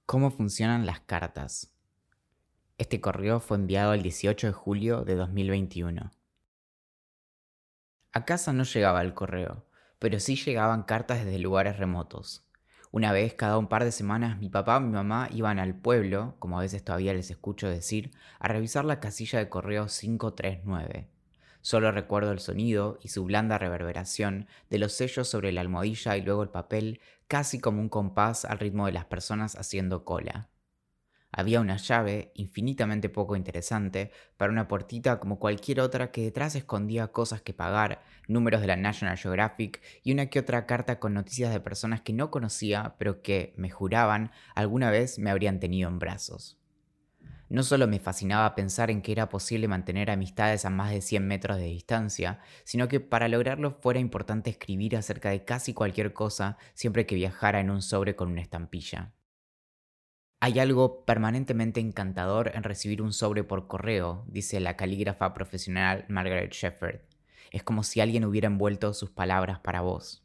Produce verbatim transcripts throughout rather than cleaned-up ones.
¿Cómo funcionan las cartas? Este correo fue enviado el dieciocho de julio de dos mil veintiuno. A casa no llegaba el correo, pero sí llegaban cartas desde lugares remotos. Una vez cada un par de semanas mi papá y mi mamá iban al pueblo, como a veces todavía les escucho decir, a revisar la casilla de correo quinientos treinta y nueve. Solo recuerdo el sonido y su blanda reverberación de los sellos sobre la almohadilla y luego el papel, casi como un compás al ritmo de las personas haciendo cola. Había una llave, infinitamente poco interesante, para una puertita como cualquier otra que detrás escondía cosas que pagar, números de la National Geographic y una que otra carta con noticias de personas que no conocía, pero que, me juraban, alguna vez me habrían tenido en brazos. No solo me fascinaba pensar en que era posible mantener amistades a más de cien metros de distancia, sino que para lograrlo fuera importante escribir acerca de casi cualquier cosa siempre que viajara en un sobre con una estampilla. Hay algo permanentemente encantador en recibir un sobre por correo, dice la calígrafa profesional Margaret Shepard. Es como si alguien hubiera envuelto sus palabras para vos.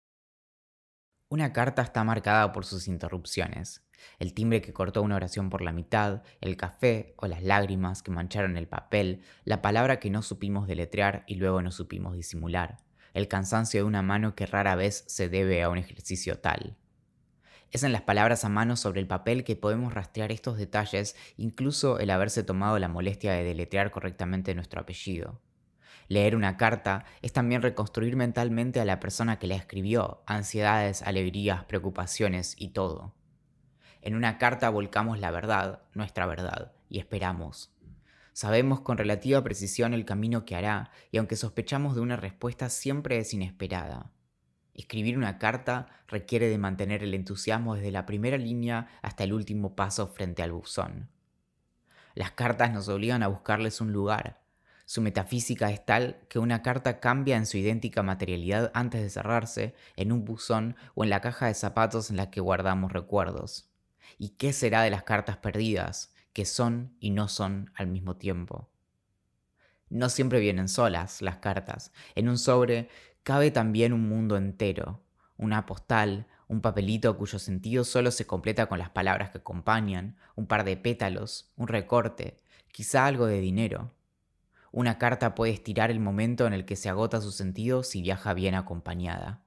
Una carta está marcada por sus interrupciones. El timbre que cortó una oración por la mitad, el café o las lágrimas que mancharon el papel, la palabra que no supimos deletrear y luego no supimos disimular, el cansancio de una mano que rara vez se debe a un ejercicio tal. Es en las palabras a mano sobre el papel que podemos rastrear estos detalles, incluso el haberse tomado la molestia de deletrear correctamente nuestro apellido. Leer una carta es también reconstruir mentalmente a la persona que la escribió, ansiedades, alegrías, preocupaciones y todo. En una carta volcamos la verdad, nuestra verdad, y esperamos. Sabemos con relativa precisión el camino que hará, y aunque sospechamos de una respuesta, siempre es inesperada. Escribir una carta requiere de mantener el entusiasmo desde la primera línea hasta el último paso frente al buzón. Las cartas nos obligan a buscarles un lugar. Su metafísica es tal que una carta cambia en su idéntica materialidad antes de cerrarse, en un buzón o en la caja de zapatos en la que guardamos recuerdos. ¿Y qué será de las cartas perdidas, que son y no son al mismo tiempo? No siempre vienen solas las cartas. En un sobre cabe también un mundo entero, una postal, un papelito cuyo sentido solo se completa con las palabras que acompañan, un par de pétalos, un recorte, quizá algo de dinero. Una carta puede estirar el momento en el que se agota su sentido si viaja bien acompañada.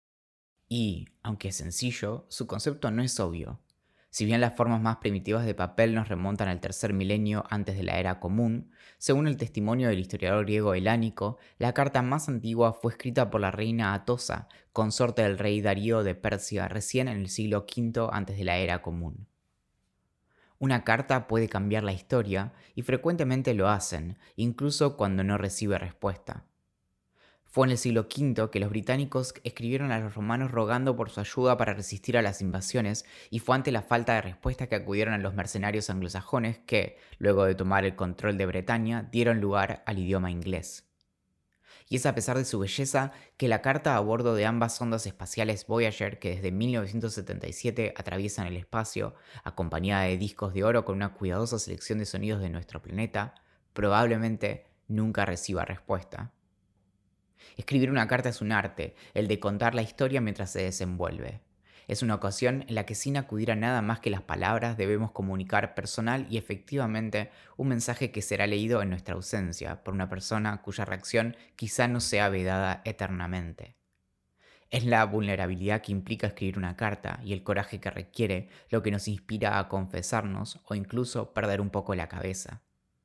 Y, aunque es sencillo, su concepto no es obvio. Si bien las formas más primitivas de papel nos remontan al tercer milenio antes de la era común, según el testimonio del historiador griego Helánico, la carta más antigua fue escrita por la reina Atosa, consorte del rey Darío de Persia recién en el siglo quinto antes de la era común. Una carta puede cambiar la historia, y frecuentemente lo hacen, incluso cuando no recibe respuesta. Fue en el siglo quinto que los británicos escribieron a los romanos rogando por su ayuda para resistir a las invasiones, y fue ante la falta de respuesta que acudieron a los mercenarios anglosajones que, luego de tomar el control de Bretaña, dieron lugar al idioma inglés. Y es a pesar de su belleza que la carta a bordo de ambas sondas espaciales Voyager, que desde mil novecientos setenta y siete atraviesan el espacio, acompañada de discos de oro con una cuidadosa selección de sonidos de nuestro planeta, probablemente nunca reciba respuesta. Escribir una carta es un arte, el de contar la historia mientras se desenvuelve. Es una ocasión en la que sin acudir a nada más que las palabras debemos comunicar personal y efectivamente un mensaje que será leído en nuestra ausencia por una persona cuya reacción quizá no sea vedada eternamente. Es la vulnerabilidad que implica escribir una carta y el coraje que requiere lo que nos inspira a confesarnos o incluso perder un poco la cabeza.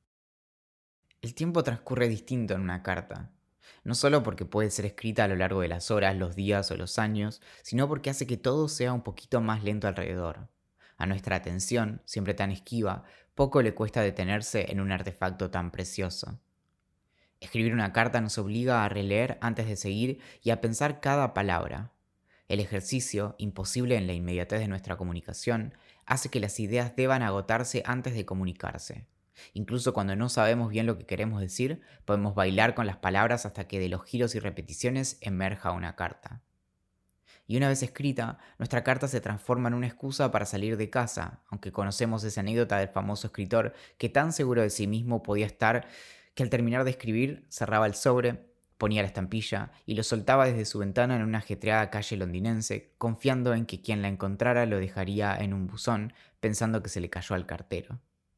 El tiempo transcurre distinto en una carta. No solo porque puede ser escrita a lo largo de las horas, los días o los años, sino porque hace que todo sea un poquito más lento alrededor. A nuestra atención, siempre tan esquiva, poco le cuesta detenerse en un artefacto tan precioso. Escribir una carta nos obliga a releer antes de seguir y a pensar cada palabra. El ejercicio, imposible en la inmediatez de nuestra comunicación, hace que las ideas deban agotarse antes de comunicarse. Incluso cuando no sabemos bien lo que queremos decir, podemos bailar con las palabras hasta que de los giros y repeticiones emerja una carta. Y una vez escrita, nuestra carta se transforma en una excusa para salir de casa, aunque conocemos esa anécdota del famoso escritor que tan seguro de sí mismo podía estar que al terminar de escribir cerraba el sobre, Ponía la estampilla y lo soltaba desde su ventana en una ajetreada calle londinense, confiando en que quien la encontrara lo dejaría en un buzón, pensando que se le cayó al cartero.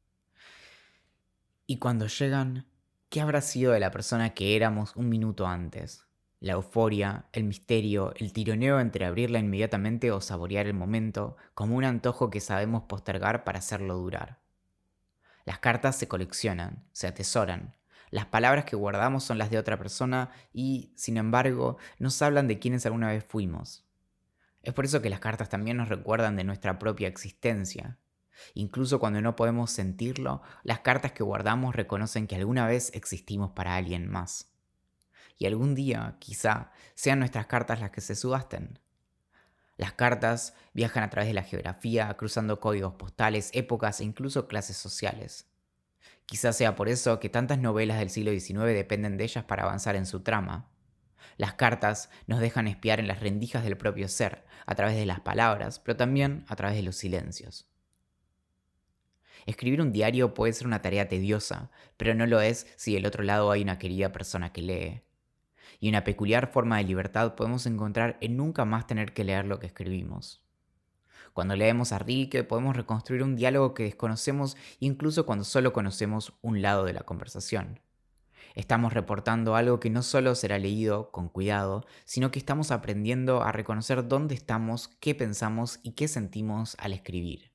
Y cuando llegan, ¿qué habrá sido de la persona que éramos un minuto antes? La euforia, el misterio, el tironeo entre abrirla inmediatamente o saborear el momento, como un antojo que sabemos postergar para hacerlo durar. Las cartas se coleccionan, se atesoran. Las palabras que guardamos son las de otra persona y, sin embargo, nos hablan de quienes alguna vez fuimos. Es por eso que las cartas también nos recuerdan de nuestra propia existencia. Incluso cuando no podemos sentirlo, las cartas que guardamos reconocen que alguna vez existimos para alguien más. Y algún día, quizá, sean nuestras cartas las que se subasten. Las cartas viajan a través de la geografía, cruzando códigos postales, épocas e incluso clases sociales. Quizás sea por eso que tantas novelas del siglo diecinueve dependen de ellas para avanzar en su trama. Las cartas nos dejan espiar en las rendijas del propio ser, a través de las palabras, pero también a través de los silencios. Escribir un diario puede ser una tarea tediosa, pero no lo es si del otro lado hay una querida persona que lee. Y una peculiar forma de libertad podemos encontrar en nunca más tener que leer lo que escribimos. Cuando leemos a Rilke podemos reconstruir un diálogo que desconocemos incluso cuando solo conocemos un lado de la conversación. Estamos reportando algo que no solo será leído con cuidado, sino que estamos aprendiendo a reconocer dónde estamos, qué pensamos y qué sentimos al escribir.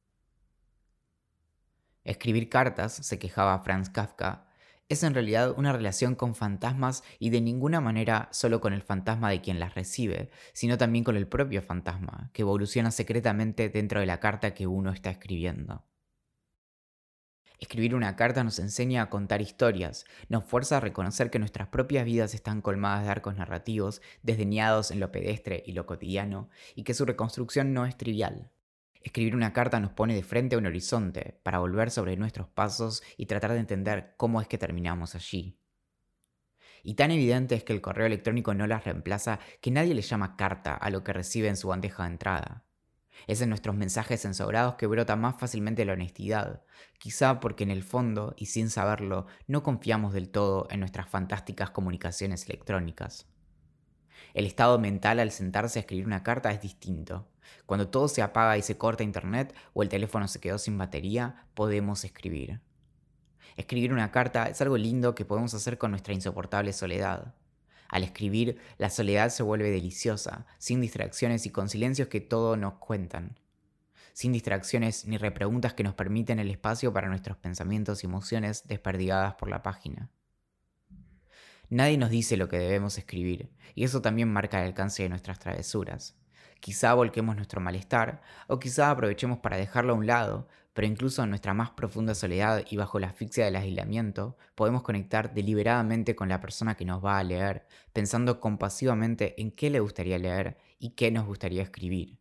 Escribir cartas, se quejaba Franz Kafka, es en realidad una relación con fantasmas y de ninguna manera solo con el fantasma de quien las recibe, sino también con el propio fantasma, que evoluciona secretamente dentro de la carta que uno está escribiendo. Escribir una carta nos enseña a contar historias, nos fuerza a reconocer que nuestras propias vidas están colmadas de arcos narrativos, desdeñados en lo pedestre y lo cotidiano, y que su reconstrucción no es trivial. Escribir una carta nos pone de frente a un horizonte para volver sobre nuestros pasos y tratar de entender cómo es que terminamos allí. Y tan evidente es que el correo electrónico no las reemplaza que nadie le llama carta a lo que recibe en su bandeja de entrada. Es en nuestros mensajes ensobrados que brota más fácilmente la honestidad, quizá porque en el fondo, y sin saberlo, no confiamos del todo en nuestras fantásticas comunicaciones electrónicas. El estado mental al sentarse a escribir una carta es distinto. Cuando todo se apaga y se corta internet o el teléfono se quedó sin batería, podemos escribir. Escribir una carta es algo lindo que podemos hacer con nuestra insoportable soledad. Al escribir, la soledad se vuelve deliciosa, sin distracciones y con silencios que todo nos cuentan. Sin distracciones ni repreguntas que nos permiten el espacio para nuestros pensamientos y emociones desperdigadas por la página. Nadie nos dice lo que debemos escribir, y eso también marca el alcance de nuestras travesuras. Quizá volquemos nuestro malestar, o quizá aprovechemos para dejarlo a un lado, pero incluso en nuestra más profunda soledad y bajo la asfixia del aislamiento, podemos conectar deliberadamente con la persona que nos va a leer, pensando compasivamente en qué le gustaría leer y qué nos gustaría escribir.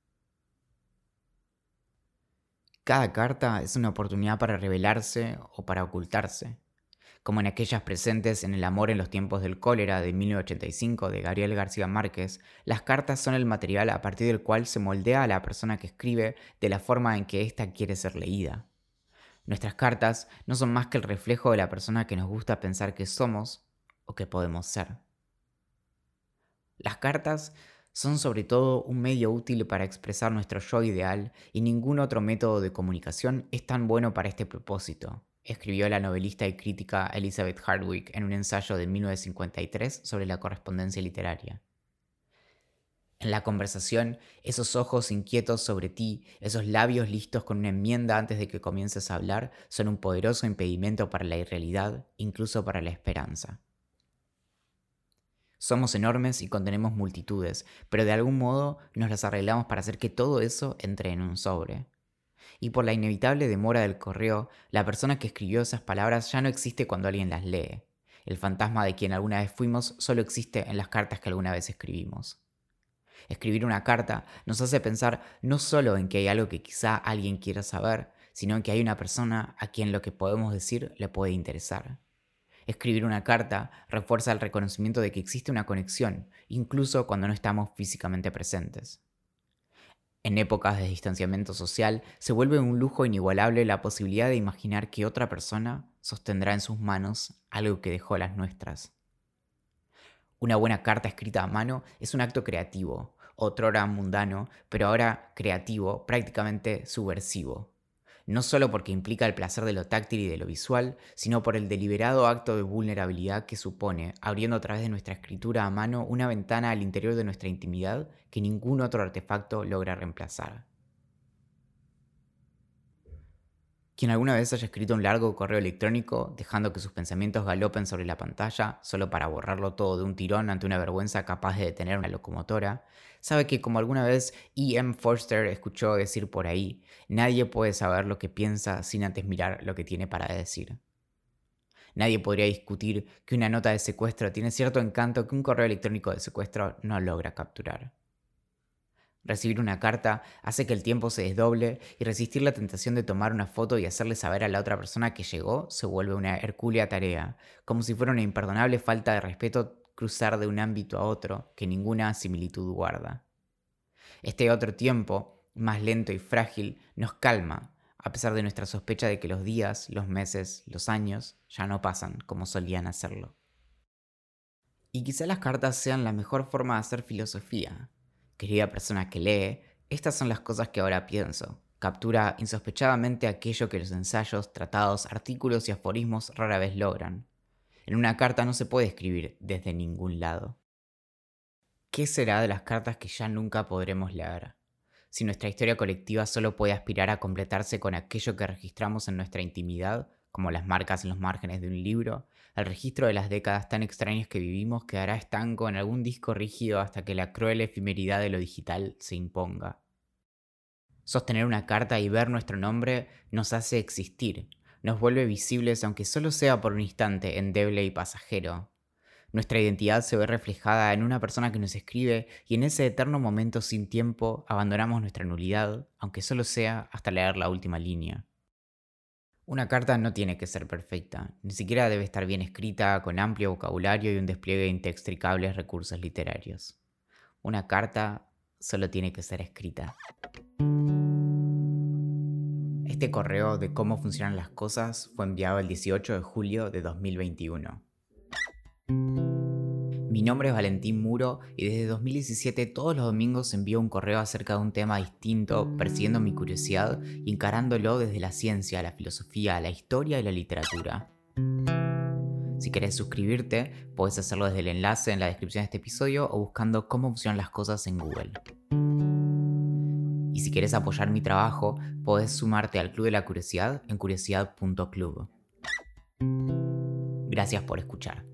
Cada carta es una oportunidad para revelarse o para ocultarse. Como en aquellas presentes en El amor en los tiempos del cólera de mil novecientos ochenta y cinco de Gabriel García Márquez, las cartas son el material a partir del cual se moldea a la persona que escribe de la forma en que ésta quiere ser leída. Nuestras cartas no son más que el reflejo de la persona que nos gusta pensar que somos o que podemos ser. Las cartas son sobre todo un medio útil para expresar nuestro yo ideal y ningún otro método de comunicación es tan bueno para este propósito, escribió la novelista y crítica Elizabeth Hardwick en un ensayo de mil novecientos cincuenta y tres sobre la correspondencia literaria. En la conversación, esos ojos inquietos sobre ti, esos labios listos con una enmienda antes de que comiences a hablar, son un poderoso impedimento para la irrealidad, incluso para la esperanza. Somos enormes y contenemos multitudes, pero de algún modo nos las arreglamos para hacer que todo eso entre en un sobre. Y por la inevitable demora del correo, la persona que escribió esas palabras ya no existe cuando alguien las lee. El fantasma de quien alguna vez fuimos solo existe en las cartas que alguna vez escribimos. Escribir una carta nos hace pensar no solo en que hay algo que quizá alguien quiera saber, sino en que hay una persona a quien lo que podemos decir le puede interesar. Escribir una carta refuerza el reconocimiento de que existe una conexión, incluso cuando no estamos físicamente presentes. En épocas de distanciamiento social, se vuelve un lujo inigualable la posibilidad de imaginar que otra persona sostendrá en sus manos algo que dejó las nuestras. Una buena carta escrita a mano es un acto creativo, otrora mundano, pero ahora creativo, prácticamente subversivo. No solo porque implica el placer de lo táctil y de lo visual, sino por el deliberado acto de vulnerabilidad que supone, abriendo a través de nuestra escritura a mano una ventana al interior de nuestra intimidad que ningún otro artefacto logra reemplazar. Quien alguna vez haya escrito un largo correo electrónico, dejando que sus pensamientos galopen sobre la pantalla, solo para borrarlo todo de un tirón ante una vergüenza capaz de detener una locomotora, sabe que, como alguna vez E M Forster escuchó decir por ahí, nadie puede saber lo que piensa sin antes mirar lo que tiene para decir. Nadie podría discutir que una nota de secuestro tiene cierto encanto que un correo electrónico de secuestro no logra capturar. Recibir una carta hace que el tiempo se desdoble y resistir la tentación de tomar una foto y hacerle saber a la otra persona que llegó se vuelve una hercúlea tarea, como si fuera una imperdonable falta de respeto cruzar de un ámbito a otro que ninguna similitud guarda. Este otro tiempo, más lento y frágil, nos calma, a pesar de nuestra sospecha de que los días, los meses, los años ya no pasan como solían hacerlo. Y quizá las cartas sean la mejor forma de hacer filosofía. Querida persona que lee, estas son las cosas que ahora pienso. Captura insospechadamente aquello que los ensayos, tratados, artículos y aforismos rara vez logran. En una carta no se puede escribir desde ningún lado. ¿Qué será de las cartas que ya nunca podremos leer? Si nuestra historia colectiva solo puede aspirar a completarse con aquello que registramos en nuestra intimidad, como las marcas en los márgenes de un libro, el registro de las décadas tan extrañas que vivimos quedará estanco en algún disco rígido hasta que la cruel efemeridad de lo digital se imponga. Sostener una carta y ver nuestro nombre nos hace existir, nos vuelve visibles aunque solo sea por un instante endeble y pasajero. Nuestra identidad se ve reflejada en una persona que nos escribe y en ese eterno momento sin tiempo abandonamos nuestra nulidad, aunque solo sea hasta leer la última línea. Una carta no tiene que ser perfecta, ni siquiera debe estar bien escrita, con amplio vocabulario y un despliegue de inextricables recursos literarios. Una carta solo tiene que ser escrita. Este correo de cómo funcionan las cosas fue enviado el dieciocho de julio de dos mil veintiuno. Mi nombre es Valentín Muro y desde dos mil diecisiete todos los domingos envío un correo acerca de un tema distinto, persiguiendo mi curiosidad y encarándolo desde la ciencia, la filosofía, la historia y la literatura. Si querés suscribirte, podés hacerlo desde el enlace en la descripción de este episodio o buscando cómo funcionan las cosas en Google. Y si querés apoyar mi trabajo, podés sumarte al Club de la Curiosidad en curiosidad punto club. Gracias por escuchar.